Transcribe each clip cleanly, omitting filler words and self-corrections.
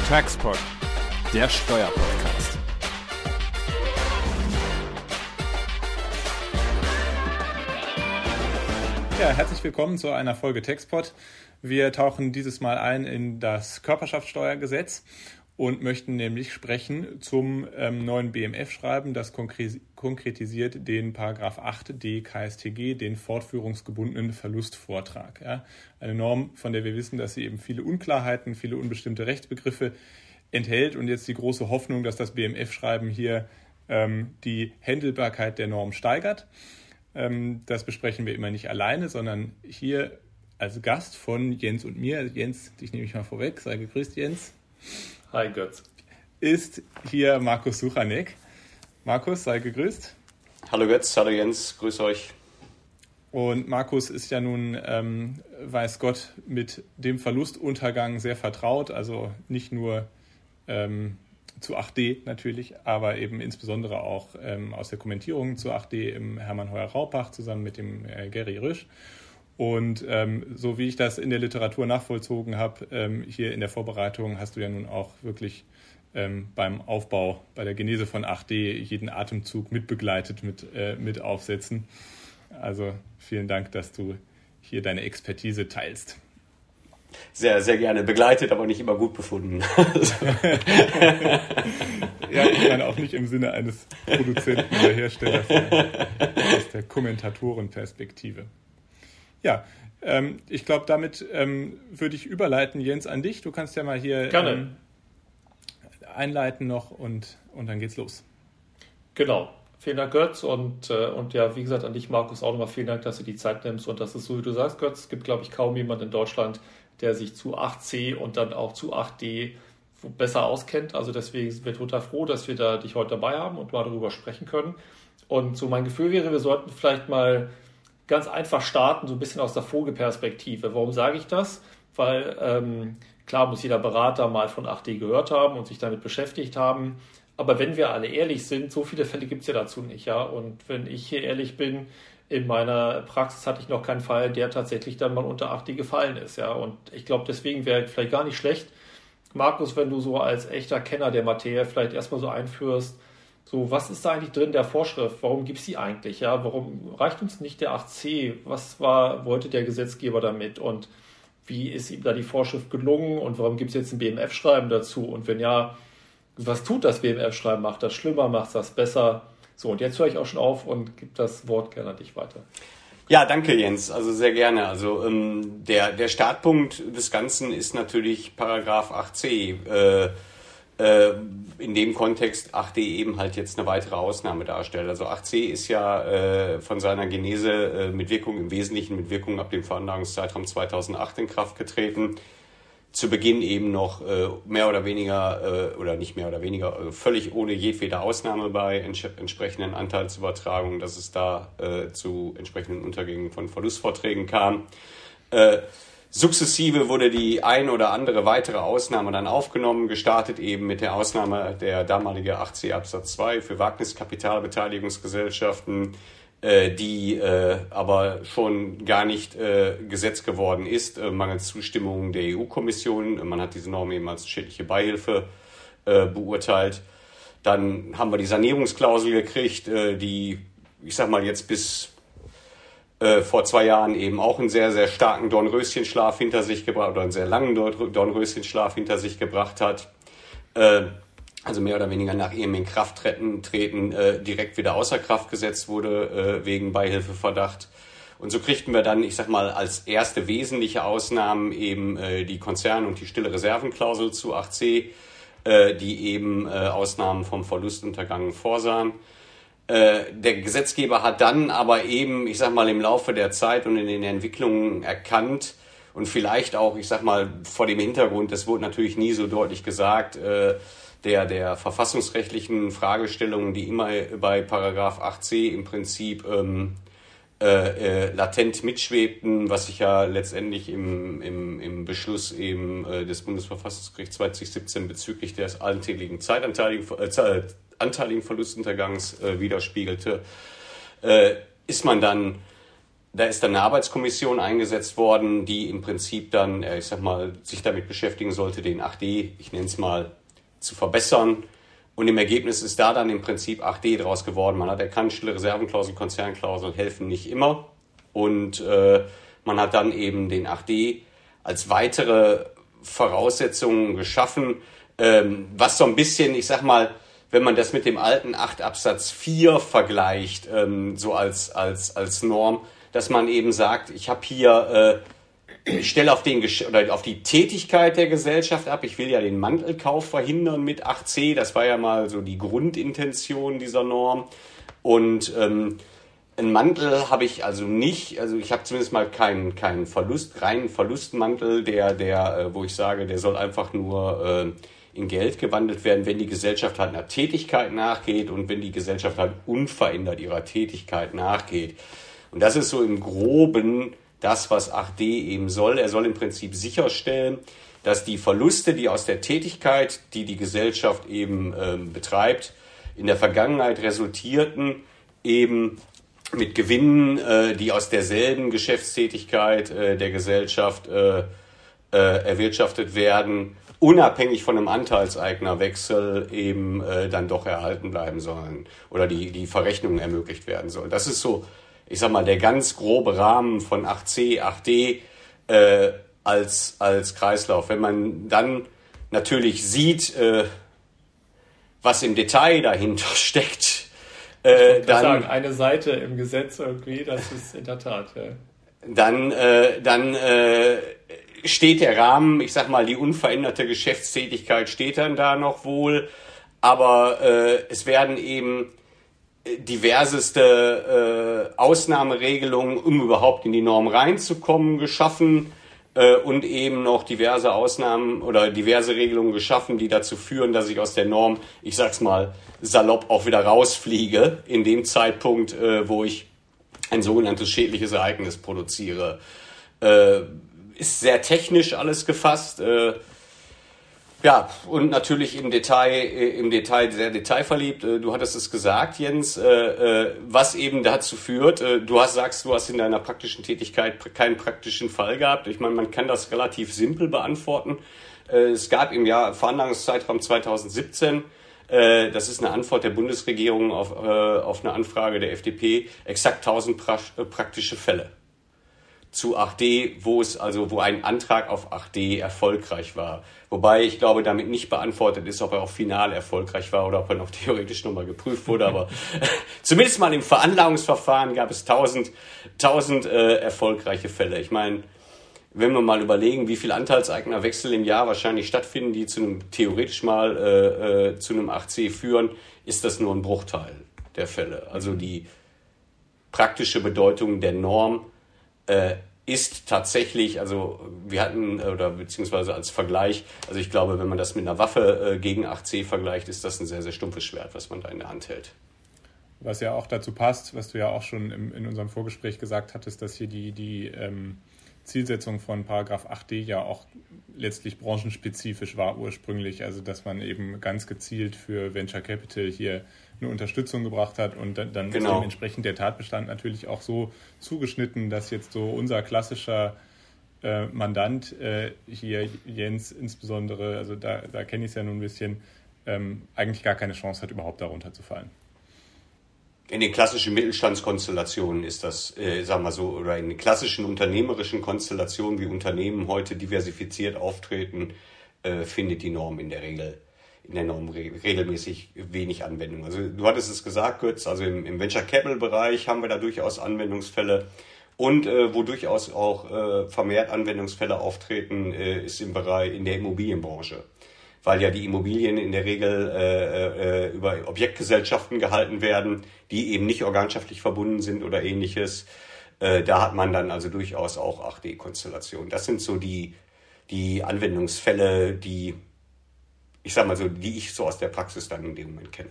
Taxpod, der Steuerpodcast. Ja, herzlich willkommen zu einer Folge Taxpod. Wir tauchen dieses Mal ein in das Körperschaftsteuergesetz und möchten nämlich sprechen zum neuen BMF-Schreiben, das konkretisiert den Paragraph 8d KStG, den fortführungsgebundenen Verlustvortrag. Ja, eine Norm, von der wir wissen, dass sie eben viele Unklarheiten, viele unbestimmte Rechtsbegriffe enthält und jetzt die große Hoffnung, dass das BMF-Schreiben hier die Händelbarkeit der Norm steigert. Das besprechen wir immer nicht alleine, sondern hier als Gast von Jens und mir. Jens, dich nehme ich mal vorweg. Sei gegrüßt, Jens. Hi, Götz. Ist hier Markus Suchanek. Markus, sei gegrüßt. Hallo Götz, hallo Jens, grüß euch. Und Markus ist ja nun, weiß Gott, mit dem Verlustuntergang sehr vertraut. Also nicht nur zu 8D natürlich, aber eben insbesondere auch aus der Kommentierung zu 8D im Hermann Heuer-Raupach zusammen mit dem Gary Rüsch. Und so wie ich das in der Literatur nachvollzogen habe, hier in der Vorbereitung hast du ja nun auch wirklich beim Aufbau, bei der Genese von 8D jeden Atemzug mitbegleitet mit Aufsätzen. Also vielen Dank, dass du hier deine Expertise teilst. Sehr, sehr gerne begleitet, aber nicht immer gut befunden. Ja, ich meine auch nicht im Sinne eines Produzenten oder Herstellers, aus der Kommentatorenperspektive. Ja, ich glaube, damit würde ich überleiten, Jens, an dich. Du kannst ja mal hier einleiten noch und dann geht's los. Genau. Vielen Dank, Götz. Und ja, wie gesagt, an dich, Markus, auch nochmal vielen Dank, dass du die Zeit nimmst. Und das ist so, wie du sagst, Götz, es gibt, glaube ich, kaum jemand in Deutschland, der sich zu 8c und dann auch zu 8d besser auskennt. Also deswegen sind wir total froh, dass wir dich heute dabei haben und mal darüber sprechen können. Und so mein Gefühl wäre, wir sollten vielleicht mal ganz einfach starten, so ein bisschen aus der Vogelperspektive. Warum sage ich das? Weil klar muss jeder Berater mal von 8D gehört haben und sich damit beschäftigt haben. Aber wenn wir alle ehrlich sind, so viele Fälle gibt es ja dazu nicht. Ja? Und wenn ich hier ehrlich bin, in meiner Praxis hatte ich noch keinen Fall, der tatsächlich dann mal unter 8D gefallen ist. Ja? Und ich glaube, deswegen wäre vielleicht gar nicht schlecht, Markus, wenn du so als echter Kenner der Materie vielleicht erstmal so einführst, so, was ist da eigentlich drin der Vorschrift? Warum gibt es die eigentlich? Ja, warum reicht uns nicht der 8c? Was wollte der Gesetzgeber damit? Und wie ist ihm da die Vorschrift gelungen? Und warum gibt es jetzt ein BMF-Schreiben dazu? Und wenn ja, was tut das BMF-Schreiben? Macht das schlimmer? Macht das besser? So, und jetzt höre ich auch schon auf und gebe das Wort gerne an dich weiter. Ja, danke Jens, also sehr gerne. Also der Startpunkt des Ganzen ist natürlich Paragraph 8c, in dem Kontext 8d eben halt jetzt eine weitere Ausnahme darstellt. Also 8c ist ja von seiner Genese im Wesentlichen mit Wirkung ab dem Veranlagungszeitraum 2008 in Kraft getreten. Zu Beginn eben noch mehr oder weniger oder nicht mehr oder weniger völlig ohne jedwede Ausnahme bei entsprechenden Anteilsübertragungen, dass es da zu entsprechenden Untergängen von Verlustvorträgen kam. Sukzessive wurde die ein oder andere weitere Ausnahme dann aufgenommen, gestartet eben mit der Ausnahme der damalige 8c Absatz 2 für Wagniskapitalbeteiligungsgesellschaften, die aber schon gar nicht Gesetz geworden ist, mangels Zustimmung der EU-Kommission. Man hat diese Norm eben als schädliche Beihilfe beurteilt. Dann haben wir die Sanierungsklausel gekriegt, die, ich sag mal, jetzt bis vor 2 Jahren eben auch einen sehr, sehr starken Dornröschenschlaf hinter sich gebracht oder einen sehr langen Dornröschenschlaf hinter sich gebracht hat. Also mehr oder weniger nach ihrem Inkrafttreten direkt wieder außer Kraft gesetzt wurde wegen Beihilfeverdacht. Und so kriegten wir dann, ich sag mal, als erste wesentliche Ausnahmen eben die Konzern- und die stille Reservenklausel zu 8c, die eben Ausnahmen vom Verlustuntergang vorsahen. Der Gesetzgeber hat dann aber eben, ich sag mal, im Laufe der Zeit und in den Entwicklungen erkannt und vielleicht auch, ich sag mal, vor dem Hintergrund, das wurde natürlich nie so deutlich gesagt, der verfassungsrechtlichen Fragestellungen, die immer bei Paragraph 8c im Prinzip latent mitschwebten, was sich ja letztendlich im Beschluss eben des Bundesverfassungsgerichts 2017 bezüglich des anteiligen Verlustuntergangs widerspiegelte, ist man dann Da ist dann eine Arbeitskommission eingesetzt worden, die im Prinzip dann, sich damit beschäftigen sollte, den 8D, ich nenne es mal, zu verbessern. Und im Ergebnis ist da dann im Prinzip 8D draus geworden. Man hat erkannt, stille Reservenklausel, Konzernklausel helfen nicht immer. Und man hat dann eben den 8D als weitere Voraussetzungen geschaffen, was so ein bisschen, wenn man das mit dem alten 8 Absatz 4 vergleicht, so als Norm, dass man eben sagt, ich habe hier, ich stelle auf die Tätigkeit der Gesellschaft ab. Ich will ja den Mantelkauf verhindern mit 8c. Das war ja mal so die Grundintention dieser Norm. Und einen Mantel habe ich also nicht. Also ich habe zumindest mal keinen reinen Verlustmantel, der, wo ich sage, der soll einfach nur in Geld gewandelt werden, wenn die Gesellschaft halt einer Tätigkeit nachgeht und wenn die Gesellschaft halt unverändert ihrer Tätigkeit nachgeht. Und das ist so im Groben das, was 8D eben soll. Er soll im Prinzip sicherstellen, dass die Verluste, die aus der Tätigkeit, die die Gesellschaft eben betreibt, in der Vergangenheit resultierten, eben mit Gewinnen, die aus derselben Geschäftstätigkeit der Gesellschaft erwirtschaftet werden, unabhängig von einem Anteilseignerwechsel eben dann doch erhalten bleiben sollen oder die Verrechnung ermöglicht werden soll. Das ist so, der ganz grobe Rahmen von 8c, 8d als Kreislauf. Wenn man dann natürlich sieht, was im Detail dahinter steckt, dann sagen, eine Seite im Gesetz irgendwie, das ist in der Tat. Ja. Dann steht der Rahmen, die unveränderte Geschäftstätigkeit steht dann da noch wohl, aber es werden eben diverseste Ausnahmeregelungen, um überhaupt in die Norm reinzukommen, geschaffen und eben noch diverse Ausnahmen oder diverse Regelungen geschaffen, die dazu führen, dass ich aus der Norm, ich sag's mal salopp, auch wieder rausfliege in dem Zeitpunkt, wo ich ein sogenanntes schädliches Ereignis produziere. Ist sehr technisch alles gefasst. Ja, und natürlich im Detail sehr detailverliebt. Du hattest es gesagt, Jens, was eben dazu führt, du hast in deiner praktischen Tätigkeit keinen praktischen Fall gehabt. Ich meine, man kann das relativ simpel beantworten. Es gab im Veranlagungszeitraum 2017, das ist eine Antwort der Bundesregierung auf eine Anfrage der FDP, exakt 1000 praktische Fälle zu 8D, wo ein Antrag auf 8D erfolgreich war. Wobei ich glaube, damit nicht beantwortet ist, ob er auch final erfolgreich war oder ob er noch theoretisch nochmal geprüft wurde. Aber zumindest mal im Veranlagungsverfahren gab es 1000 erfolgreiche Fälle. Ich meine, wenn wir mal überlegen, wie viele Anteilseignerwechsel im Jahr wahrscheinlich stattfinden, die theoretisch mal zu einem 8c führen, ist das nur ein Bruchteil der Fälle. Also die praktische Bedeutung der Norm ist tatsächlich, beziehungsweise als Vergleich, also ich glaube, wenn man das mit einer Waffe gegen 8c vergleicht, ist das ein sehr, sehr stumpfes Schwert, was man da in der Hand hält. Was ja auch dazu passt, was du ja auch schon in unserem Vorgespräch gesagt hattest, dass hier die Zielsetzung von Paragraph 8d ja auch letztlich branchenspezifisch war ursprünglich, also dass man eben ganz gezielt für Venture Capital hier eine Unterstützung gebracht hat und dann ist dementsprechend der Tatbestand natürlich auch so zugeschnitten, dass jetzt so unser klassischer Mandant hier, Jens insbesondere, also da kenne ich es ja nun ein bisschen, eigentlich gar keine Chance hat, überhaupt darunter zu fallen. In den klassischen Mittelstandskonstellationen ist das, oder in den klassischen unternehmerischen Konstellationen, wie Unternehmen heute diversifiziert auftreten, findet die Norm in der Norm regelmäßig wenig Anwendung. Also du hattest es gesagt, Götz, also im Venture Capital Bereich haben wir da durchaus Anwendungsfälle und wo durchaus auch vermehrt Anwendungsfälle auftreten, ist in der Immobilienbranche. Weil ja die Immobilien in der Regel über Objektgesellschaften gehalten werden, die eben nicht organschaftlich verbunden sind oder ähnliches. Da hat man dann also durchaus auch 8D-Konstellationen. Das sind so die Anwendungsfälle, die ich so aus der Praxis dann in dem Moment kenne.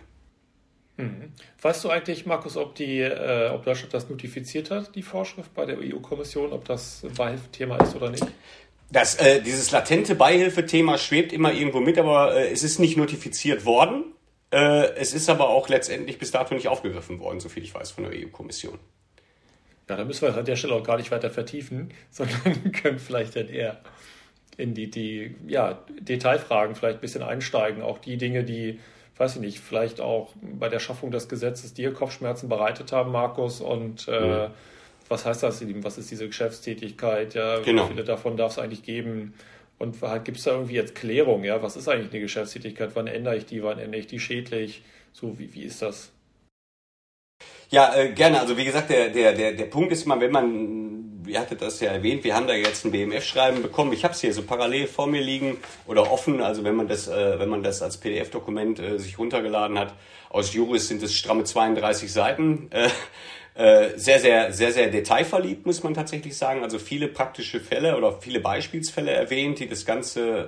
Weißt du eigentlich, Markus, ob Deutschland das notifiziert hat, die Vorschrift bei der EU-Kommission, ob das ein Beihilfethema ist oder nicht? Dieses latente Beihilfethema schwebt immer irgendwo mit, aber es ist nicht notifiziert worden. Es ist aber auch letztendlich bis dato nicht aufgegriffen worden, soviel ich weiß, von der EU-Kommission. Ja, da müssen wir es an der Stelle auch gar nicht weiter vertiefen, sondern können vielleicht dann eher in die Detailfragen vielleicht ein bisschen einsteigen. Auch die Dinge, die, weiß ich nicht, vielleicht auch bei der Schaffung des Gesetzes dir Kopfschmerzen bereitet haben, Markus. Und was heißt das? Was ist diese Geschäftstätigkeit? Ja, genau. Wie viele davon darf es eigentlich geben? Und gibt es da irgendwie jetzt Klärung? Ja, was ist eigentlich eine Geschäftstätigkeit? Wann ändere ich die? Wann ändere ich die schädlich? So, wie ist das? Ja, gerne. Also wie gesagt, der Punkt ist mal, wenn man, ihr hattet das ja erwähnt, wir haben da jetzt ein BMF-Schreiben bekommen. Ich habe es hier so parallel vor mir liegen oder offen. Also wenn man das als PDF-Dokument sich runtergeladen hat, aus Juris sind es stramme 32 Seiten. Sehr, sehr, sehr, sehr detailverliebt, muss man tatsächlich sagen. Also viele praktische Fälle oder viele Beispielsfälle erwähnt, die das Ganze,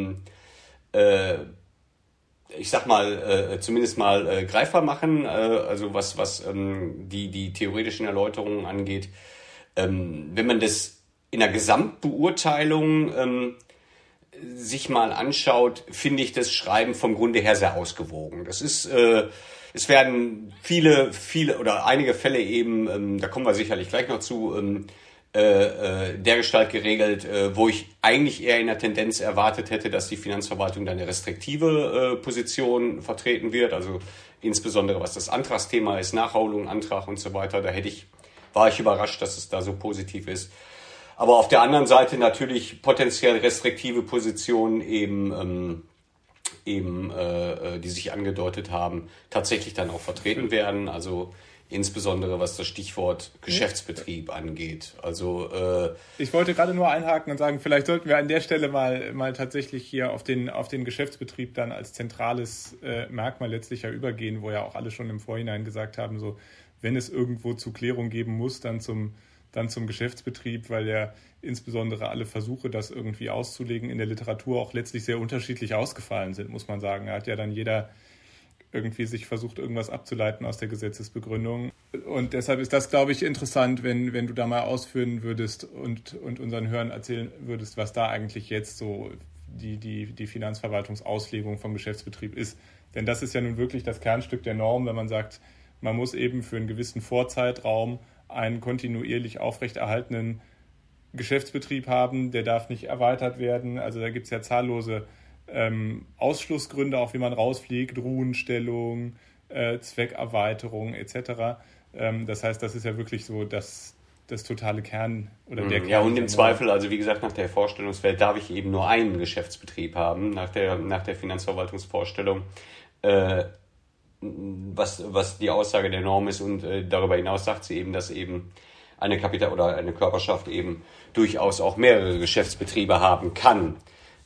ich sag mal, zumindest mal greifbar machen. Also was die theoretischen Erläuterungen angeht. Wenn man das in der Gesamtbeurteilung sich mal anschaut, finde ich das Schreiben vom Grunde her sehr ausgewogen. Das ist es werden viele oder einige Fälle eben, da kommen wir sicherlich gleich noch zu, dergestalt geregelt, wo ich eigentlich eher in der Tendenz erwartet hätte, dass die Finanzverwaltung da eine restriktive Position vertreten wird. Also insbesondere was das Antragsthema ist, Nachholung, Antrag und so weiter. War ich überrascht, dass es da so positiv ist. Aber auf der anderen Seite natürlich potenziell restriktive Positionen die sich angedeutet haben, tatsächlich dann auch vertreten werden. Also insbesondere was das Stichwort Geschäftsbetrieb angeht. Also ich wollte gerade nur einhaken und sagen, vielleicht sollten wir an der Stelle mal tatsächlich hier auf den Geschäftsbetrieb dann als zentrales Merkmal letztlich ja übergehen, wo ja auch alle schon im Vorhinein gesagt haben, so wenn es irgendwo zu Klärung geben muss, dann zum Geschäftsbetrieb, weil ja insbesondere alle Versuche, das irgendwie auszulegen, in der Literatur auch letztlich sehr unterschiedlich ausgefallen sind, muss man sagen. Da hat ja dann jeder irgendwie sich versucht, irgendwas abzuleiten aus der Gesetzesbegründung. Und deshalb ist das, glaube ich, interessant, wenn du da mal ausführen würdest und unseren Hörern erzählen würdest, was da eigentlich jetzt so die Finanzverwaltungsauslegung vom Geschäftsbetrieb ist. Denn das ist ja nun wirklich das Kernstück der Norm, wenn man sagt, man muss eben für einen gewissen Vorzeitraum einen kontinuierlich aufrechterhaltenen Geschäftsbetrieb haben, der darf nicht erweitert werden. Also da gibt es ja zahllose Ausschlussgründe, auch wie man rausfliegt, Ruhestellung, Zweckerweiterung etc. Das heißt, das ist ja wirklich so das totale Kern oder der Kern. Ja, und im Zweifel, also wie gesagt, nach der Vorstellungswelt darf ich eben nur einen Geschäftsbetrieb haben, nach der Finanzverwaltungsvorstellung, was die Aussage der Norm ist, und darüber hinaus sagt sie eben, dass eben eine Kapital- oder eine Körperschaft eben durchaus auch mehrere Geschäftsbetriebe haben kann.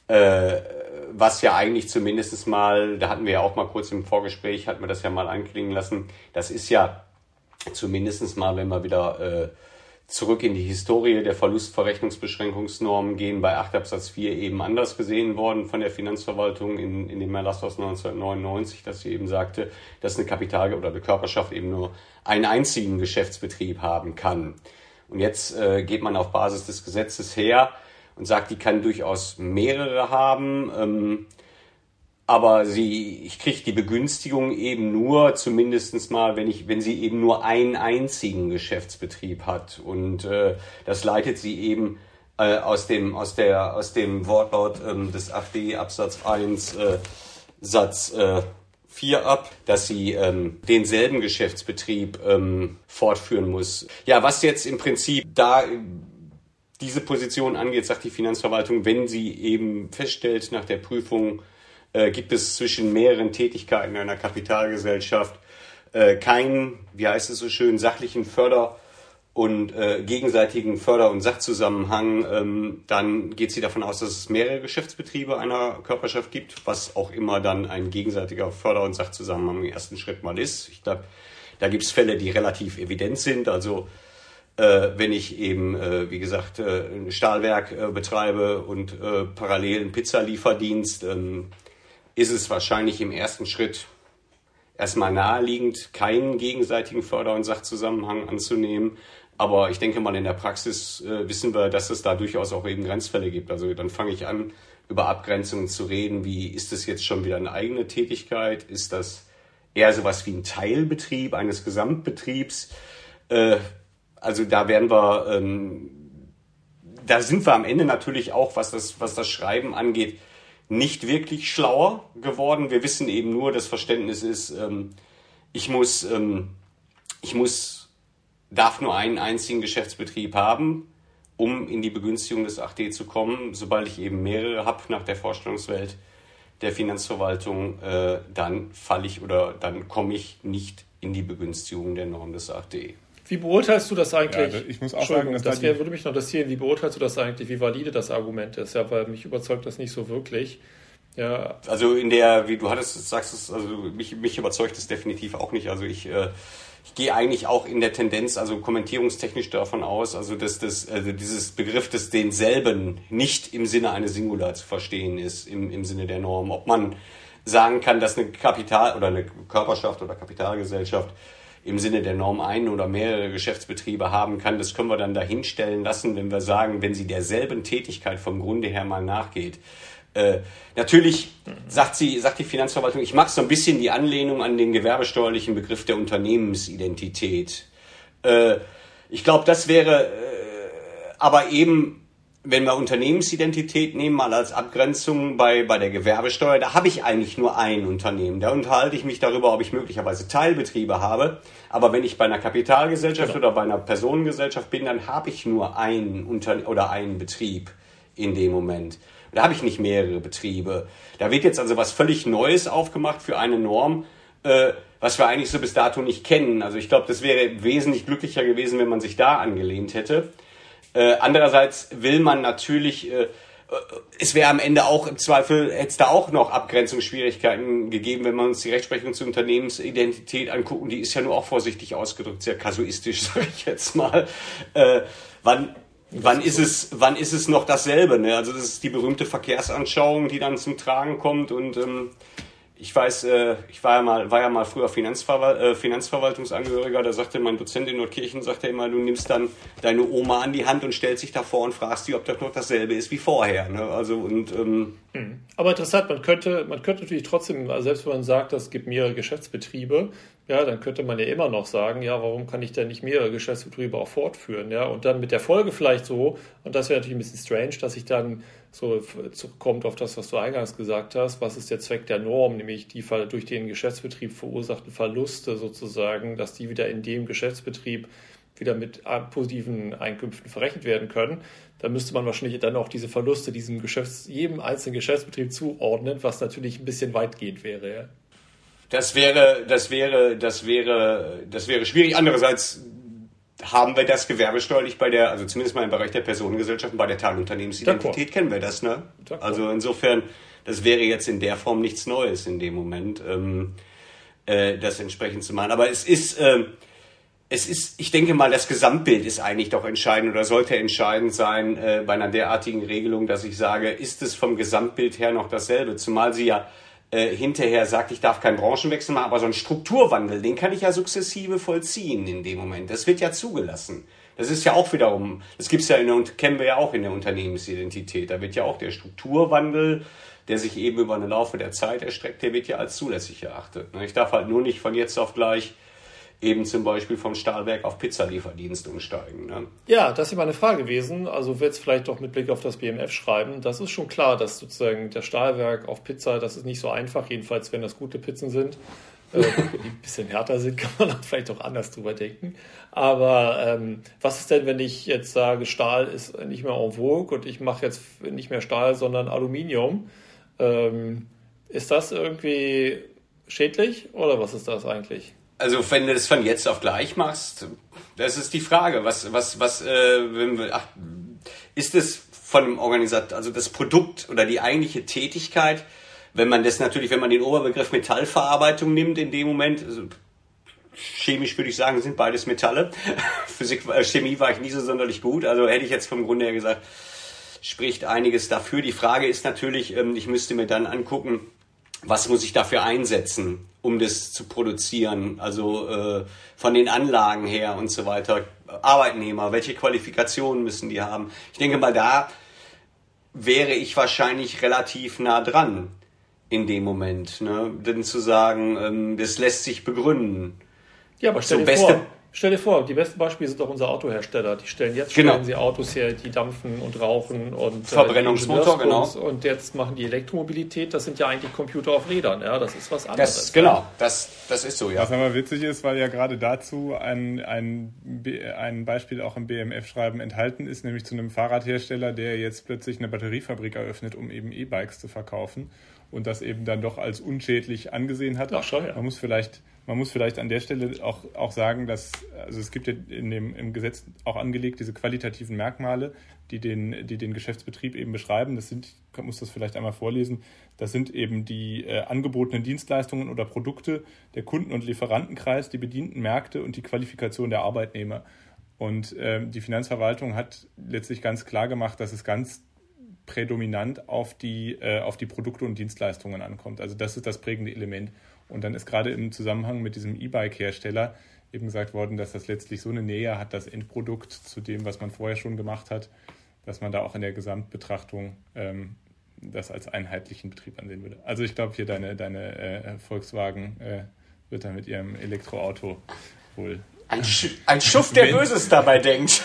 Was ja eigentlich zumindest mal, da hatten wir ja auch mal kurz im Vorgespräch, hatten wir das ja mal anklingen lassen, das ist ja zumindest mal, wenn wir wieder zurück in die Historie der Verlustverrechnungsbeschränkungsnormen gehen, bei 8 Absatz 4 eben anders gesehen worden von der Finanzverwaltung in dem Erlass aus 1999, dass sie eben sagte, dass eine Kapital- oder eine Körperschaft eben nur einen einzigen Geschäftsbetrieb haben kann. Und jetzt geht man auf Basis des Gesetzes her und sagt, die kann durchaus mehrere haben, aber ich kriege die Begünstigung eben nur, zumindest mal, wenn sie eben nur einen einzigen Geschäftsbetrieb hat. Und das leitet sie eben aus dem Wortlaut des 8d Absatz 1 Satz 4 ab, dass sie denselben Geschäftsbetrieb fortführen muss. Ja, was jetzt im Prinzip da diese Position angeht, sagt die Finanzverwaltung, wenn sie eben feststellt nach der Prüfung, gibt es zwischen mehreren Tätigkeiten einer Kapitalgesellschaft keinen, wie heißt es so schön, sachlichen Förder- und gegenseitigen Förder- und Sachzusammenhang, dann geht sie davon aus, dass es mehrere Geschäftsbetriebe einer Körperschaft gibt, was auch immer dann ein gegenseitiger Förder- und Sachzusammenhang im ersten Schritt mal ist. Ich glaube, da gibt es Fälle, die relativ evident sind. Also wenn ich eben, wie gesagt, ein Stahlwerk betreibe und parallel einen Pizzalieferdienst, ist es wahrscheinlich im ersten Schritt erstmal naheliegend, keinen gegenseitigen Förder- und Sachzusammenhang anzunehmen. Aber ich denke mal, in der Praxis wissen wir, dass es da durchaus auch eben Grenzfälle gibt. Also dann fange ich an, über Abgrenzungen zu reden. Wie ist das jetzt schon wieder eine eigene Tätigkeit? Ist das eher sowas wie ein Teilbetrieb eines Gesamtbetriebs? also da werden wir, da sind wir am Ende natürlich auch, was das Schreiben angeht, nicht wirklich schlauer geworden. Wir wissen eben nur, das Verständnis ist, darf nur einen einzigen Geschäftsbetrieb haben, um in die Begünstigung des 8D zu kommen. Sobald ich eben mehrere habe nach der Vorstellungswelt der Finanzverwaltung, dann komme ich nicht in die Begünstigung der Norm des 8D. Wie beurteilst du das eigentlich? Ja, ich muss auch sagen, würde mich noch interessieren, wie beurteilst du das eigentlich, wie valide das Argument ist? Ja, weil mich überzeugt das nicht so wirklich. Ja. Also wie du sagst, also mich überzeugt es definitiv auch nicht. Also ich gehe eigentlich auch in der Tendenz, also kommentierungstechnisch davon aus, also dass dieses Begriff des denselben nicht im Sinne eines Singular zu verstehen ist, im Sinne der Norm. Ob man sagen kann, dass eine eine Körperschaft oder Kapitalgesellschaft im Sinne der Norm ein oder mehrere Geschäftsbetriebe haben kann, das können wir dann dahinstellen lassen, wenn wir sagen, wenn sie derselben Tätigkeit vom Grunde her mal nachgeht. Natürlich sagt die Finanzverwaltung, ich mache so ein bisschen die Anlehnung an den gewerbesteuerlichen Begriff der Unternehmensidentität. Ich glaube, das wäre aber eben, wenn wir Unternehmensidentität nehmen, mal als Abgrenzung bei der Gewerbesteuer, da habe ich eigentlich nur ein Unternehmen. Da unterhalte ich mich darüber, ob ich möglicherweise Teilbetriebe habe. Aber wenn ich bei einer Kapitalgesellschaft oder bei einer Personengesellschaft bin, dann habe ich nur einen Betrieb in dem Moment. Da habe ich nicht mehrere Betriebe. Da wird jetzt also was völlig Neues aufgemacht für eine Norm, was wir eigentlich so bis dato nicht kennen. Also ich glaube, das wäre wesentlich glücklicher gewesen, wenn man sich da angelehnt hätte. Andererseits will man natürlich, es wäre am Ende auch im Zweifel, hätte es da auch noch Abgrenzungsschwierigkeiten gegeben, wenn wir uns die Rechtsprechung zur Unternehmensidentität angucken. Die ist ja nur auch vorsichtig ausgedrückt, sehr kasuistisch, sage ich jetzt mal. Wann ist es noch dasselbe? Ne? Also das ist die berühmte Verkehrsanschauung, die dann zum Tragen kommt. Und ich weiß, ich war ja mal früher Finanzverwaltungsangehöriger. Da sagte mein Dozent in Nordkirchen, sagte immer, du nimmst dann deine Oma an die Hand und stellst dich davor und fragst sie, ob das noch dasselbe ist wie vorher. Ne? Also und aber interessant, man könnte natürlich trotzdem, also selbst wenn man sagt, es gibt mehrere Geschäftsbetriebe, ja, dann könnte man ja immer noch sagen, ja, warum kann ich denn nicht mehrere Geschäftsbetriebe auch fortführen, ja, und dann mit der Folge vielleicht so, und das wäre natürlich ein bisschen strange, dass sich dann so zurückkommt auf das, was du eingangs gesagt hast, was ist der Zweck der Norm, nämlich die durch den Geschäftsbetrieb verursachten Verluste sozusagen, dass die wieder in dem Geschäftsbetrieb wieder mit positiven Einkünften verrechnet werden können. Da müsste man wahrscheinlich dann auch diese Verluste jedem einzelnen Geschäftsbetrieb zuordnen, was natürlich ein bisschen weitgehend wäre. Ja. Das wäre schwierig. Andererseits haben wir das gewerbesteuerlich also zumindest mal im Bereich der Personengesellschaften, bei der Teilunternehmensidentität kennen wir das, ne? Also insofern, das wäre jetzt in der Form nichts Neues in dem Moment, das entsprechend zu machen. Aber es ist, ich denke mal, das Gesamtbild ist eigentlich doch entscheidend oder sollte entscheidend sein bei einer derartigen Regelung, dass ich sage, ist es vom Gesamtbild her noch dasselbe? Zumal sie ja hinterher sagt, ich darf keinen Branchenwechsel machen, aber so einen Strukturwandel, den kann ich ja sukzessive vollziehen in dem Moment. Das wird ja zugelassen. Das ist ja auch wiederum, das gibt's ja kennen wir ja auch in der Unternehmensidentität. Da wird ja auch der Strukturwandel, der sich eben über eine Laufe der Zeit erstreckt, der wird ja als zulässig erachtet. Ich darf halt nur nicht von jetzt auf gleich eben zum Beispiel vom Stahlwerk auf Pizzalieferdienst umsteigen. Ne? Ja, das ist meine Frage gewesen. Also wird es vielleicht doch mit Blick auf das BMF schreiben. Das ist schon klar, dass sozusagen der Stahlwerk auf Pizza, das ist nicht so einfach, jedenfalls wenn das gute Pizzen sind. Die ein bisschen härter sind, kann man dann vielleicht auch anders drüber denken. Aber was ist denn, wenn ich jetzt sage, Stahl ist nicht mehr en vogue und ich mache jetzt nicht mehr Stahl, sondern Aluminium? Ist das irgendwie schädlich oder was ist das eigentlich? Also wenn du das von jetzt auf gleich machst, das ist die Frage. Ist es von dem Organisator, also das Produkt oder die eigentliche Tätigkeit, wenn man den Oberbegriff Metallverarbeitung nimmt in dem Moment, also chemisch würde ich sagen, sind beides Metalle. Chemie war ich nie so sonderlich gut, also hätte ich jetzt vom Grunde her gesagt, spricht einiges dafür. Die Frage ist natürlich, ich müsste mir dann angucken, was muss ich dafür einsetzen, um das zu produzieren, also von den Anlagen her und so weiter. Arbeitnehmer, welche Qualifikationen müssen die haben? Ich denke mal, da wäre ich wahrscheinlich relativ nah dran in dem Moment, ne? Denn zu sagen, das lässt sich begründen. Ja, aber stell dir vor, Stell dir vor, die besten Beispiele sind doch unsere Autohersteller. Die stellen sie Autos her, die dampfen und rauchen und Verbrennungsmotor, genau. Und jetzt machen die Elektromobilität, das sind ja eigentlich Computer auf Rädern, ja, das ist was anderes. Das ist so, ja. Was aber witzig ist, weil ja gerade dazu ein Beispiel auch im BMF-Schreiben enthalten ist, nämlich zu einem Fahrradhersteller, der jetzt plötzlich eine Batteriefabrik eröffnet, um eben E-Bikes zu verkaufen und das eben dann doch als unschädlich angesehen hat. Ach, schon, ja. Man muss vielleicht an der Stelle auch sagen, dass, also es gibt ja im Gesetz auch angelegt diese qualitativen Merkmale, die den Geschäftsbetrieb eben beschreiben. Ich muss das vielleicht einmal vorlesen. Das sind eben die angebotenen Dienstleistungen oder Produkte, der Kunden- und Lieferantenkreis, die bedienten Märkte und die Qualifikation der Arbeitnehmer. Und die Finanzverwaltung hat letztlich ganz klar gemacht, dass es ganz prädominant auf die Produkte und Dienstleistungen ankommt. Also das ist das prägende Element. Und dann ist gerade im Zusammenhang mit diesem E-Bike-Hersteller eben gesagt worden, dass das letztlich so eine Nähe hat, das Endprodukt zu dem, was man vorher schon gemacht hat, dass man da auch in der Gesamtbetrachtung das als einheitlichen Betrieb ansehen würde. Also ich glaube, hier deine Volkswagen wird dann mit ihrem Elektroauto wohl... Ein Schuft, der Böses dabei denkt.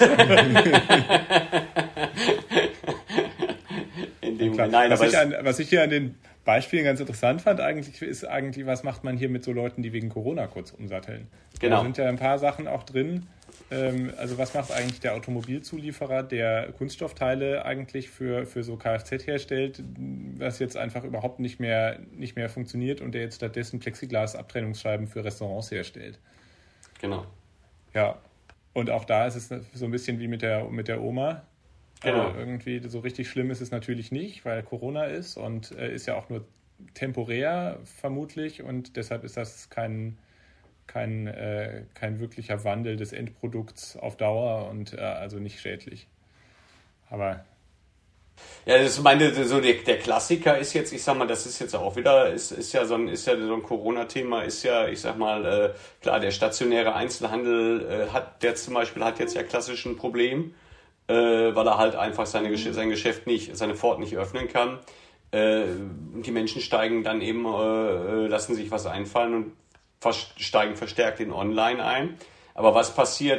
Was ich hier an den Beispielen ganz interessant fand, ist was macht man hier mit so Leuten, die wegen Corona kurz umsatteln. Genau. Da sind ja ein paar Sachen auch drin. Also was macht eigentlich der Automobilzulieferer, der Kunststoffteile eigentlich für so Kfz herstellt, was jetzt einfach überhaupt nicht mehr funktioniert und der jetzt stattdessen Plexiglas-Abtrennungsscheiben für Restaurants herstellt. Genau. Ja, und auch da ist es so ein bisschen wie mit der Oma. Genau. Irgendwie so richtig schlimm ist es natürlich nicht, weil Corona ist und ist ja auch nur temporär vermutlich und deshalb ist das kein wirklicher Wandel des Endprodukts auf Dauer und also nicht schädlich. Aber ja, das meine so der Klassiker ist jetzt, ich sag mal, das ist jetzt auch wieder ist ja so ein Corona-Thema, ist ja, ich sag mal, klar, der stationäre Einzelhandel hat jetzt ja klassisch ein Problem, weil er halt einfach sein Geschäft nicht, seine Pforten nicht öffnen kann. Die Menschen steigen dann eben, lassen sich was einfallen und steigen verstärkt in Online ein. Aber was passiert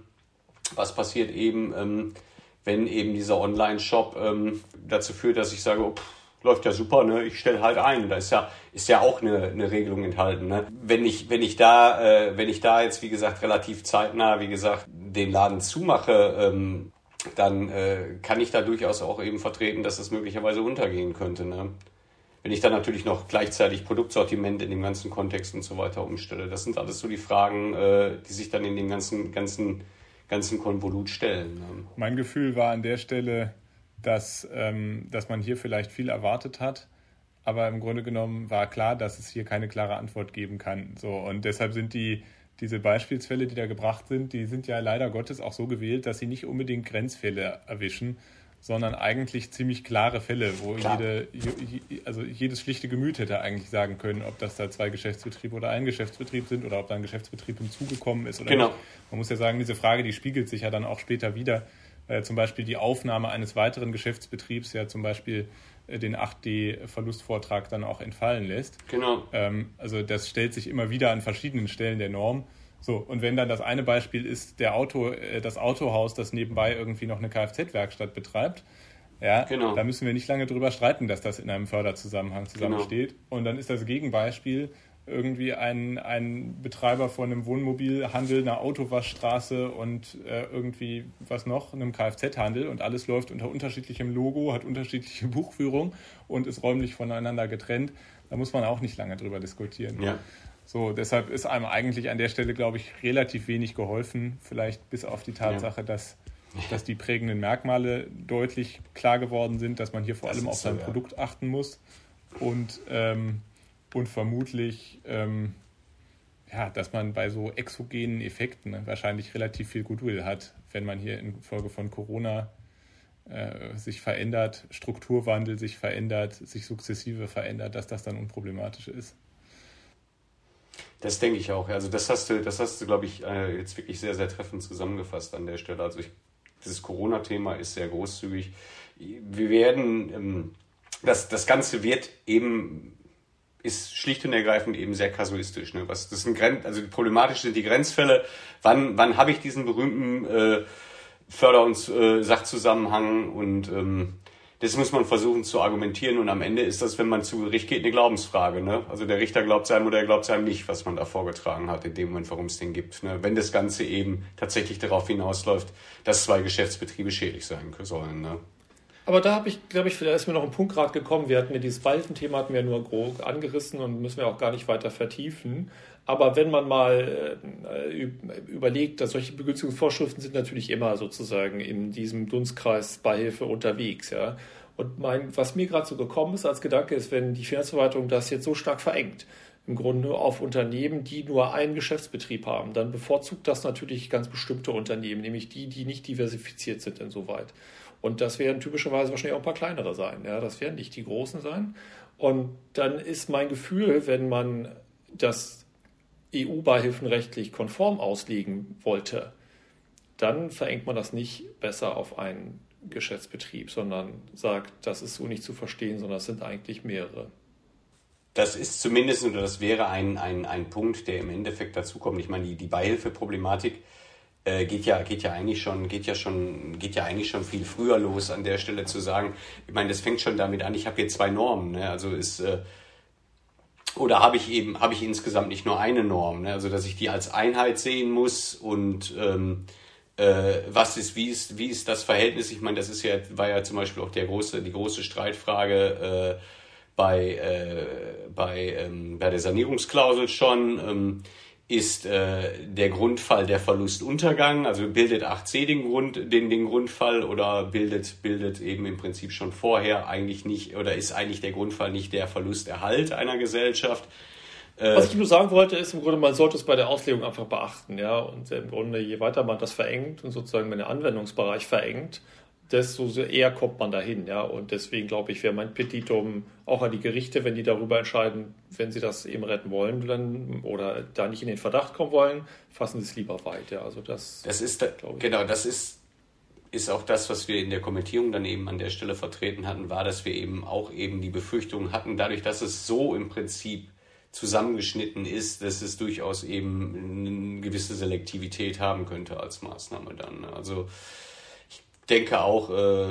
eben, wenn eben dieser Online-Shop dazu führt, dass ich sage, läuft ja super, ne? Ich stelle halt ein. Da ist ja auch eine Regelung enthalten. Ne? Wenn ich da jetzt, wie gesagt, relativ zeitnah, wie gesagt, den Laden zumache, dann kann ich da durchaus auch eben vertreten, dass das möglicherweise untergehen könnte. Ne? Wenn ich dann natürlich noch gleichzeitig Produktsortiment in dem ganzen Kontext und so weiter umstelle. Das sind alles so die Fragen, die sich dann in dem ganzen Konvolut stellen. Ne? Mein Gefühl war an der Stelle, dass man hier vielleicht viel erwartet hat, aber im Grunde genommen war klar, dass es hier keine klare Antwort geben kann. So, und deshalb sind diese Beispielsfälle, die da gebracht sind, die sind ja leider Gottes auch so gewählt, dass sie nicht unbedingt Grenzfälle erwischen, sondern eigentlich ziemlich klare Fälle, wo jedes schlichte Gemüt hätte eigentlich sagen können, ob das da 2 Geschäftsbetriebe oder ein Geschäftsbetrieb sind oder ob da ein Geschäftsbetrieb hinzugekommen ist oder nicht. Man muss ja sagen, diese Frage, die spiegelt sich ja dann auch später wieder, weil zum Beispiel die Aufnahme eines weiteren Geschäftsbetriebs ja zum Beispiel den 8D-Verlustvortrag dann auch entfallen lässt. Genau. Also das stellt sich immer wieder an verschiedenen Stellen der Norm. So, und wenn dann das eine Beispiel ist, das Autohaus, das nebenbei irgendwie noch eine Kfz-Werkstatt betreibt, ja, genau. Da müssen wir nicht lange drüber streiten, dass das in einem Förderzusammenhang zusammensteht. Genau. Und dann ist das Gegenbeispiel irgendwie ein Betreiber von einem Wohnmobilhandel, einer Autowaschstraße und irgendwie was noch, einem Kfz-Handel und alles läuft unter unterschiedlichem Logo, hat unterschiedliche Buchführung und ist räumlich voneinander getrennt. Da muss man auch nicht lange drüber diskutieren. Ja. So, deshalb ist einem eigentlich an der Stelle, glaube ich, relativ wenig geholfen, vielleicht bis auf die Tatsache, dass die prägenden Merkmale deutlich klar geworden sind, dass man hier vor allem auf sein Produkt achten muss und vermutlich, dass man bei so exogenen Effekten wahrscheinlich relativ viel Goodwill hat, wenn man hier infolge von Corona sich verändert, Strukturwandel sich verändert, sich sukzessive verändert, dass das dann unproblematisch ist. Das denke ich auch. Also das hast du, glaube ich, jetzt wirklich sehr, sehr treffend zusammengefasst an der Stelle. Also dieses Corona-Thema ist sehr großzügig. Wir werden, das Ganze wird eben ist schlicht und ergreifend eben sehr kasuistisch. Ne? Also problematisch sind die Grenzfälle. Wann habe ich diesen berühmten Förder- und Sachzusammenhang? Und das muss man versuchen zu argumentieren. Und am Ende ist das, wenn man zu Gericht geht, eine Glaubensfrage. Ne? Also der Richter glaubt es einem oder er glaubt es einem nicht, was man da vorgetragen hat in dem Moment, warum es den gibt. Ne? Wenn das Ganze eben tatsächlich darauf hinausläuft, dass 2 Geschäftsbetriebe schädlich sein sollen. Ne? Aber da habe ich, glaube ich, da ist mir noch ein Punkt gerade gekommen. Wir hatten ja dieses Beihilfenthema hatten wir nur grob angerissen und müssen wir auch gar nicht weiter vertiefen. Aber wenn man mal überlegt, dass solche Begünstigungsvorschriften sind natürlich immer sozusagen in diesem Dunstkreis Beihilfe unterwegs. Ja. Und was mir gerade so gekommen ist als Gedanke ist, wenn die Finanzverwaltung das jetzt so stark verengt, im Grunde nur auf Unternehmen, die nur einen Geschäftsbetrieb haben, dann bevorzugt das natürlich ganz bestimmte Unternehmen, nämlich die nicht diversifiziert sind insoweit. Und das werden typischerweise wahrscheinlich auch ein paar kleinere sein. Ja, das werden nicht die großen sein. Und dann ist mein Gefühl, wenn man das EU-Beihilfenrechtlich konform auslegen wollte, dann verengt man das nicht besser auf einen Geschäftsbetrieb, sondern sagt, das ist so nicht zu verstehen, sondern es sind eigentlich mehrere. Das ist zumindest, oder das wäre ein Punkt, der im Endeffekt dazu kommt. Ich meine, die Beihilfeproblematik geht ja eigentlich schon viel früher los, an der Stelle zu sagen, ich meine, das fängt schon damit an, ich habe hier 2 Normen, ne? Also oder habe ich insgesamt nicht nur eine Norm, ne? Also dass ich die als Einheit sehen muss und wie ist das Verhältnis? Ich meine, war ja zum Beispiel auch die große Streitfrage bei der Sanierungsklausel schon. Ist der Grundfall der Verlustuntergang, also bildet 8c den Grundfall oder bildet eben im Prinzip schon vorher eigentlich nicht, oder ist eigentlich der Grundfall nicht der Verlusterhalt einer Gesellschaft? Was ich nur sagen wollte, ist im Grunde, man sollte es bei der Auslegung einfach beachten, ja, und im Grunde, je weiter man das verengt und sozusagen den Anwendungsbereich verengt, desto eher kommt man dahin, ja, und deswegen glaube ich, wäre mein Petitum auch an die Gerichte, wenn die darüber entscheiden, wenn sie das eben retten wollen, dann, oder da nicht in den Verdacht kommen wollen, fassen sie es lieber weit, ja, also das ist, glaube ich. Genau, das ist auch das, was wir in der Kommentierung dann eben an der Stelle vertreten hatten, war, dass wir eben auch eben die Befürchtung hatten, dadurch, dass es so im Prinzip zusammengeschnitten ist, dass es durchaus eben eine gewisse Selektivität haben könnte als Maßnahme dann. Also ich denke auch,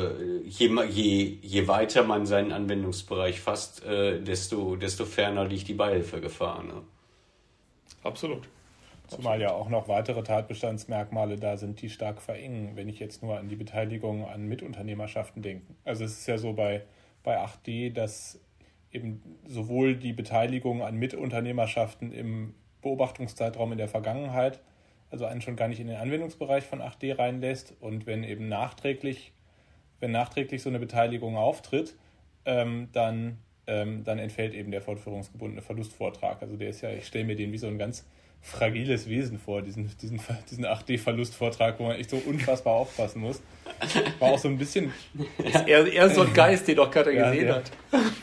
je weiter man seinen Anwendungsbereich fasst, desto ferner liegt die Beihilfegefahr. Ne? Absolut. Zumal ja auch noch weitere Tatbestandsmerkmale da sind, die stark verengen, wenn ich jetzt nur an die Beteiligung an Mitunternehmerschaften denke. Also es ist ja so bei 8D, dass eben sowohl die Beteiligung an Mitunternehmerschaften im Beobachtungszeitraum in der Vergangenheit, also einen schon gar nicht in den Anwendungsbereich von 8D reinlässt, und wenn eben nachträglich so eine Beteiligung auftritt, dann entfällt eben der fortführungsgebundene Verlustvortrag. Also der ist ja, ich stelle mir den wie so ein ganz fragiles Wesen vor, diesen 8D-Verlustvortrag, wo man echt so unfassbar aufpassen muss. War auch so ein bisschen... Er so ein Geist, den doch keiner gesehen hat.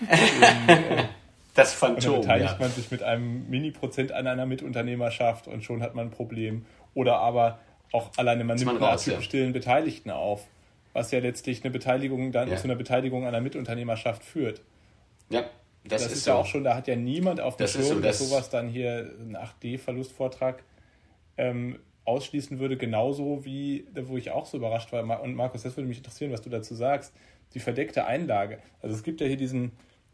Das Phantom, und dann beteiligt man sich mit einem Mini-Prozent an einer Mitunternehmerschaft und schon hat man ein Problem. Oder aber auch alleine, man nimmt einen atypisch-stillen Beteiligten auf, was ja letztlich eine Beteiligung dann zu einer Beteiligung an einer Mitunternehmerschaft führt. Ja. Das ist ja auch schon, da hat ja niemand auf dem Schirm, dass sowas dann hier einen 8D-Verlustvortrag ausschließen würde, genauso wie, wo ich auch so überrascht war. Und Markus, das würde mich interessieren, was du dazu sagst, die verdeckte Einlage. Also es gibt ja hier diesen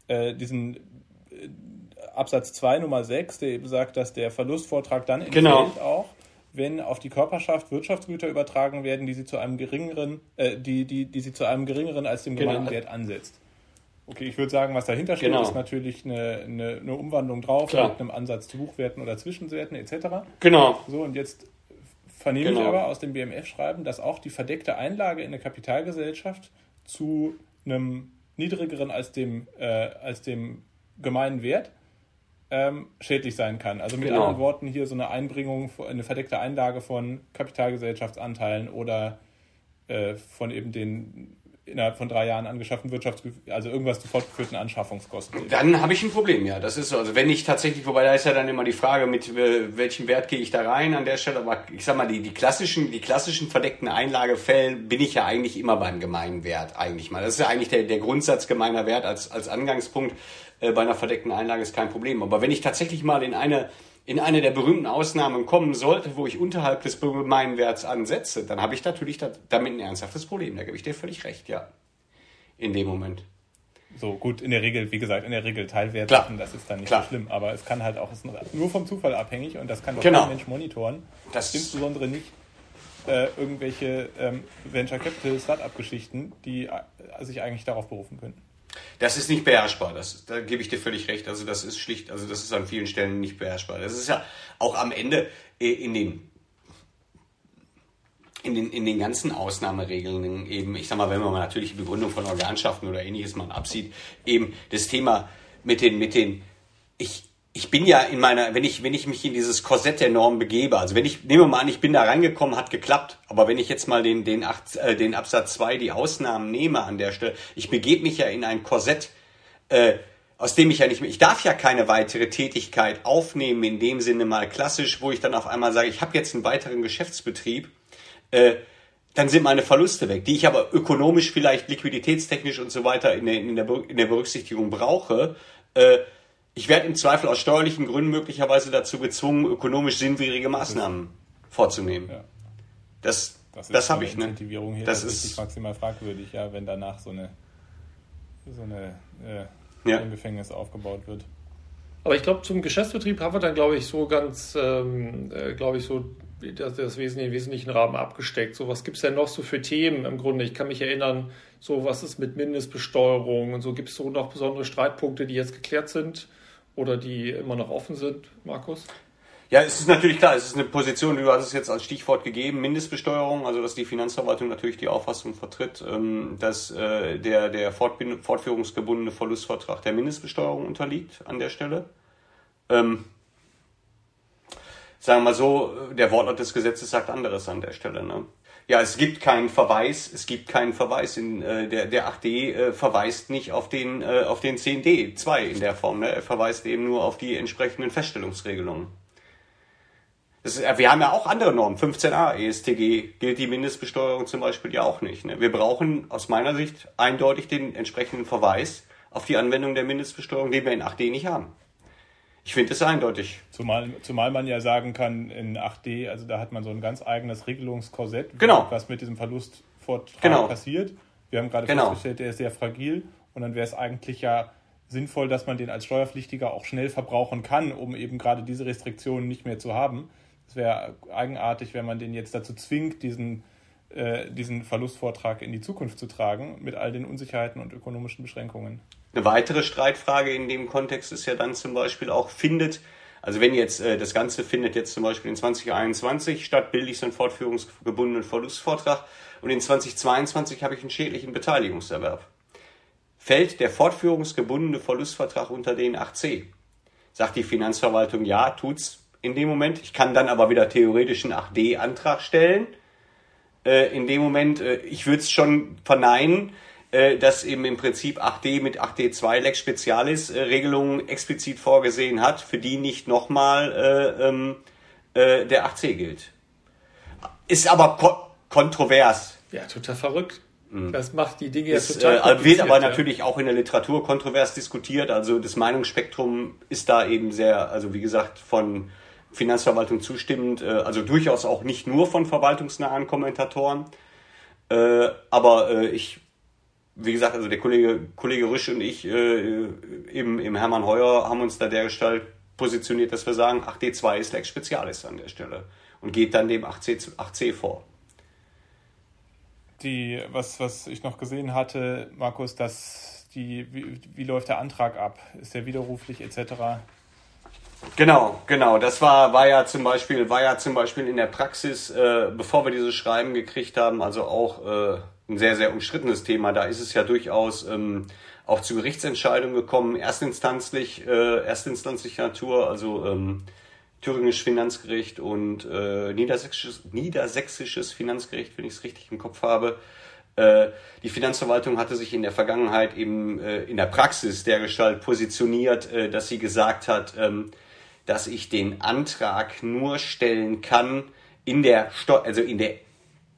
Absatz 2 Nummer 6, der eben sagt, dass der Verlustvortrag dann entfällt auch, wenn auf die Körperschaft Wirtschaftsgüter übertragen werden, die sie zu einem geringeren, die sie zu einem geringeren als dem gemeinen Wert ansetzt. Okay, ich würde sagen, was dahinter steht, ist natürlich eine Umwandlung drauf mit einem Ansatz zu Buchwerten oder Zwischenwerten etc. Genau. So, und jetzt vernehme ich aber aus dem BMF-Schreiben, dass auch die verdeckte Einlage in eine Kapitalgesellschaft zu einem niedrigeren als dem gemeinen Wert schädlich sein kann. Also mit anderen Worten hier so eine Einbringung, eine verdeckte Einlage von Kapitalgesellschaftsanteilen oder von eben den innerhalb von 3 Jahren angeschafften also irgendwas zu fortgeführten Anschaffungskosten. Dann habe ich ein Problem, ja. Das ist so. Also wenn ich tatsächlich, wobei da ist ja dann immer die Frage, mit welchem Wert gehe ich da rein an der Stelle, aber ich sag mal, die klassischen verdeckten Einlagefällen bin ich ja eigentlich immer beim gemeinen Wert eigentlich mal. Das ist ja eigentlich der Grundsatz gemeiner Wert als Angangspunkt. bei einer verdeckten Einlage ist kein Problem. Aber wenn ich tatsächlich mal in eine der berühmten Ausnahmen kommen sollte, wo ich unterhalb des Gemeinwerts ansetze, dann habe ich natürlich damit ein ernsthaftes Problem. Da gebe ich dir völlig recht, ja. In dem Moment. So, gut, in der Regel, wie gesagt, Teilwert, das ist dann nicht so schlimm. Aber es kann halt auch, es ist nur vom Zufall abhängig und das kann doch kein Mensch monitoren. Insbesondere nicht irgendwelche Venture Capital Startup-Geschichten, die sich eigentlich darauf berufen könnten. Das ist nicht beherrschbar, da gebe ich dir völlig recht. Also das ist schlicht, das ist an vielen Stellen nicht beherrschbar. Das ist ja auch am Ende in den ganzen Ausnahmeregeln eben, ich sag mal, wenn man natürlich die Begründung von Organschaften oder ähnliches mal absieht, eben das Thema ich bin ja wenn ich mich in dieses Korsett der Norm begebe, also nehmen wir mal an, ich bin da reingekommen, hat geklappt, aber wenn ich jetzt mal den Absatz 2, die Ausnahmen nehme an der Stelle, ich begebe mich ja in ein Korsett, aus dem ich ja nicht mehr, ich darf ja keine weitere Tätigkeit aufnehmen, in dem Sinne mal klassisch, wo ich dann auf einmal sage, ich habe jetzt einen weiteren Geschäftsbetrieb, dann sind meine Verluste weg, die ich aber ökonomisch vielleicht liquiditätstechnisch und so weiter in der Berücksichtigung brauche. Ich werde im Zweifel aus steuerlichen Gründen möglicherweise dazu gezwungen, ökonomisch sinnwidrige Maßnahmen vorzunehmen. Ja. Das habe ich. Incentivierung hier, das ist maximal fragwürdig, ja, wenn danach so ein Gefängnis aufgebaut wird. Aber ich glaube, zum Geschäftsbetrieb haben wir dann, glaube ich, so ganz, den wesentlichen Rahmen abgesteckt. So, was gibt es denn noch so für Themen im Grunde? Ich kann mich erinnern, so was ist mit Mindestbesteuerung und so, gibt es so noch besondere Streitpunkte, die jetzt geklärt sind oder die immer noch offen sind, Markus? Ja, es ist natürlich klar, es ist eine Position, du hast es jetzt als Stichwort gegeben, Mindestbesteuerung, also dass die Finanzverwaltung natürlich die Auffassung vertritt, dass der fortführungsgebundene Verlustvortrag der Mindestbesteuerung unterliegt an der Stelle. Sagen wir mal so, der Wortlaut des Gesetzes sagt anderes an der Stelle. Ne? Ja, es gibt keinen Verweis in der 8d verweist nicht auf den 10d 2 in der Form. Ne? Er verweist eben nur auf die entsprechenden Feststellungsregelungen. Wir haben ja auch andere Normen. 15a EStG gilt die Mindestbesteuerung zum Beispiel ja auch nicht. Ne? Wir brauchen aus meiner Sicht eindeutig den entsprechenden Verweis auf die Anwendung der Mindestbesteuerung, den wir in 8d nicht haben. Ich finde es eindeutig. Zumal man ja sagen kann, in 8d, also da hat man so ein ganz eigenes Regelungskorsett, was mit diesem Verlustvortrag passiert. Wir haben gerade festgestellt, der ist sehr fragil und dann wäre es eigentlich ja sinnvoll, dass man den als Steuerpflichtiger auch schnell verbrauchen kann, um eben gerade diese Restriktionen nicht mehr zu haben. Es wäre eigenartig, wenn man den jetzt dazu zwingt, diesen Verlustvortrag in die Zukunft zu tragen, mit all den Unsicherheiten und ökonomischen Beschränkungen. Eine weitere Streitfrage in dem Kontext ist ja dann zum Beispiel auch, also wenn jetzt das Ganze findet jetzt zum Beispiel in 2021 statt, bilde ich so einen fortführungsgebundenen Verlustvortrag und in 2022 habe ich einen schädlichen Beteiligungserwerb. Fällt der fortführungsgebundene Verlustvertrag unter den 8c? Sagt die Finanzverwaltung, ja, tut's in dem Moment. Ich kann dann aber wieder theoretisch einen 8d-Antrag stellen. In dem Moment, ich würde es schon verneinen, dass eben im Prinzip 8d mit 8d2 Lex Specialis Regelungen explizit vorgesehen hat, für die nicht nochmal der 8c gilt. Ist aber kontrovers. Ja, total verrückt. Das macht die Dinge jetzt total kompliziert. Wird aber natürlich auch in der Literatur kontrovers diskutiert. Also das Meinungsspektrum ist da eben sehr, also wie gesagt, von Finanzverwaltung zustimmend, also durchaus auch nicht nur von verwaltungsnahen Kommentatoren. Aber wie gesagt, also der Kollege Rüsch und ich im Hermann Heuer haben uns da dergestalt positioniert, dass wir sagen, 8d2 ist Lex Specialis an der Stelle und geht dann dem 8c vor. Was ich noch gesehen hatte, Markus, wie läuft der Antrag ab? Ist der widerruflich etc.? Genau. Das war ja zum Beispiel in der Praxis, bevor wir dieses Schreiben gekriegt haben, also auch ein sehr, sehr umstrittenes Thema. Da ist es ja durchaus auch zu Gerichtsentscheidungen gekommen, erstinstanzlicher Natur, also Thüringisches Finanzgericht und Niedersächsisches Finanzgericht, wenn ich es richtig im Kopf habe. Die Finanzverwaltung hatte sich in der Vergangenheit eben in der Praxis dergestalt positioniert, dass sie gesagt hat, dass ich den Antrag nur stellen kann in der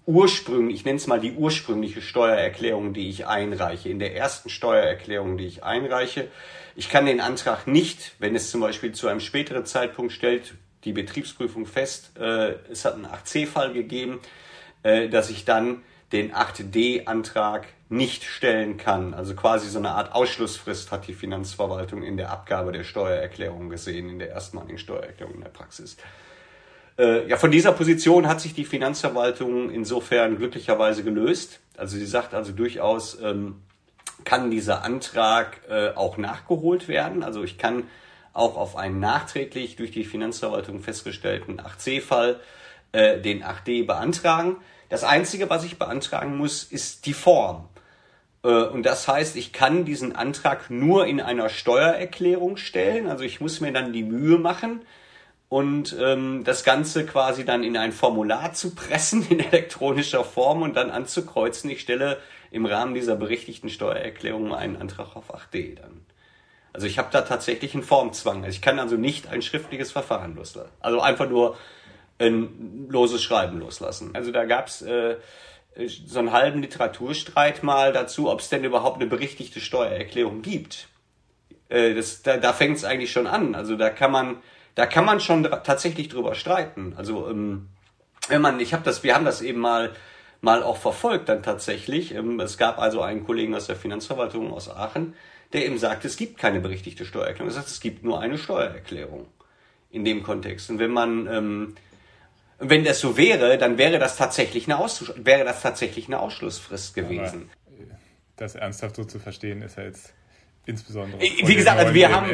ich nenne es mal die ursprüngliche Steuererklärung, die ich einreiche. In der ersten Steuererklärung, die ich einreiche, ich kann den Antrag nicht, wenn es zum Beispiel zu einem späteren Zeitpunkt stellt, die Betriebsprüfung fest, es hat einen 8c-Fall gegeben, dass ich dann den 8d-Antrag nicht stellen kann. Also quasi so eine Art Ausschlussfrist hat die Finanzverwaltung in der Abgabe der Steuererklärung gesehen, in der erstmaligen Steuererklärung in der Praxis. Von dieser Position hat sich die Finanzverwaltung insofern glücklicherweise gelöst. Also sie sagt also durchaus, kann dieser Antrag auch nachgeholt werden. Also ich kann auch auf einen nachträglich durch die Finanzverwaltung festgestellten 8c-Fall den 8d beantragen. Das Einzige, was ich beantragen muss, ist die Form. Und das heißt, ich kann diesen Antrag nur in einer Steuererklärung stellen. Also ich muss mir dann die Mühe machen und das Ganze quasi dann in ein Formular zu pressen in elektronischer Form und dann anzukreuzen. Ich stelle im Rahmen dieser berichtigten Steuererklärung einen Antrag auf 8d dann. Also ich habe da tatsächlich einen Formzwang. Also ich kann also nicht ein schriftliches Verfahren loslassen. Also einfach nur ein loses Schreiben loslassen. Also da gab es so einen halben Literaturstreit mal dazu, ob es denn überhaupt eine berichtigte Steuererklärung gibt. Da fängt es eigentlich schon an. Also da kann man schon tatsächlich drüber streiten. Also wir haben das eben mal auch verfolgt dann tatsächlich. Es gab also einen Kollegen aus der Finanzverwaltung aus Aachen, der eben sagte, es gibt keine berichtigte Steuererklärung. Das heißt, es gibt nur eine Steuererklärung in dem Kontext. Und wenn das so wäre, dann wäre das tatsächlich eine Ausschlussfrist gewesen. Aber das ernsthaft so zu verstehen, ist ja jetzt insbesondere. Wie gesagt, also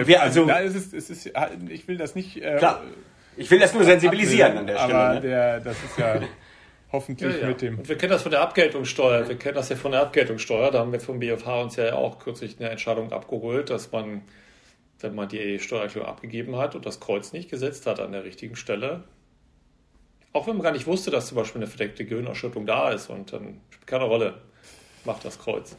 ich will das nicht. Klar, ich will das nur sensibilisieren an der Stelle. Aber das ist ja hoffentlich mit dem. Und wir kennen das von der Abgeltungssteuer. Da haben wir vom BFH uns ja auch kürzlich eine Entscheidung abgeholt, dass man, wenn man die Steuererklärung abgegeben hat und das Kreuz nicht gesetzt hat an der richtigen Stelle, auch wenn man gar nicht wusste, dass zum Beispiel eine verdeckte Gehirnausschüttung da ist und dann spielt keine Rolle, macht das Kreuz.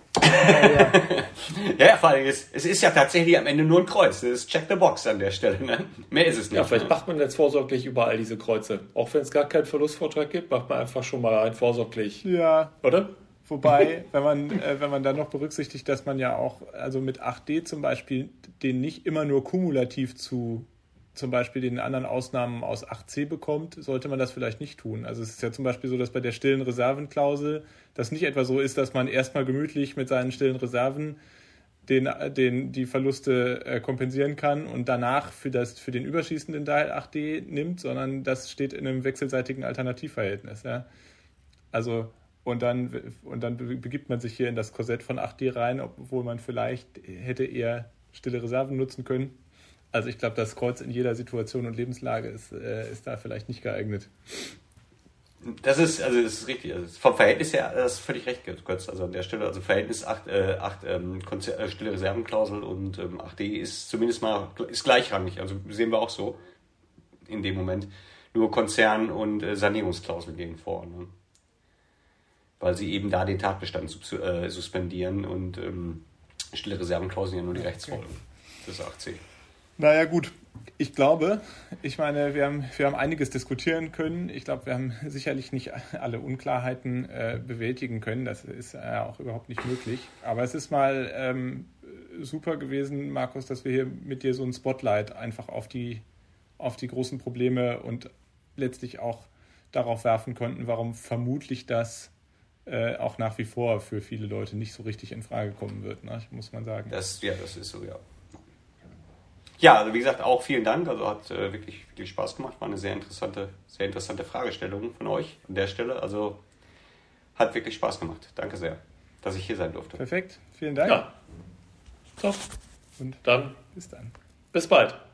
Ja, vor allem, es ist ja tatsächlich am Ende nur ein Kreuz. Das ist Check the Box an der Stelle. Ne? Mehr ist es nicht. Ja, vielleicht macht man jetzt vorsorglich überall diese Kreuze. Auch wenn es gar keinen Verlustvortrag gibt, macht man einfach schon mal ein vorsorglich. Ja. Oder? Wobei, wenn man dann noch berücksichtigt, dass man ja auch, also mit 8d zum Beispiel, den nicht immer nur kumulativ zu zum Beispiel den anderen Ausnahmen aus 8c bekommt, sollte man das vielleicht nicht tun. Also es ist ja zum Beispiel so, dass bei der stillen Reservenklausel das nicht etwa so ist, dass man erstmal gemütlich mit seinen stillen Reserven die Verluste kompensieren kann und danach für den überschießenden Teil 8d nimmt, sondern das steht in einem wechselseitigen Alternativverhältnis. Ja? Also und dann begibt man sich hier in das Korsett von 8d rein, obwohl man vielleicht hätte eher stille Reserven nutzen können. Also ich glaube, das Kreuz in jeder Situation und Lebenslage ist da vielleicht nicht geeignet. Das ist richtig. Also vom Verhältnis her, das ist völlig recht, Götz. Also an der Stelle, also Verhältnis 8 stille Reservenklausel und 8d ist zumindest mal ist gleichrangig. Also sehen wir auch so in dem Moment. Nur Konzern- und Sanierungsklausel gehen vor. Ne? Weil sie eben da den Tatbestand suspendieren und stille Reservenklauseln ja nur die Rechtsfolgen des 8c. Naja gut, ich meine, wir haben einiges diskutieren können. Ich glaube, wir haben sicherlich nicht alle Unklarheiten bewältigen können. Das ist ja auch überhaupt nicht möglich. Aber es ist mal super gewesen, Markus, dass wir hier mit dir so ein Spotlight einfach auf die großen Probleme und letztlich auch darauf werfen konnten, warum vermutlich das auch nach wie vor für viele Leute nicht so richtig in Frage kommen wird, ne? Muss man sagen. Das ist so, ja. Ja, also wie gesagt, auch vielen Dank. Also hat wirklich Spaß gemacht. War eine sehr interessante Fragestellung von euch an der Stelle. Also hat wirklich Spaß gemacht. Danke sehr, dass ich hier sein durfte. Perfekt, vielen Dank. Ja. So. Und dann bis dann. Bis bald.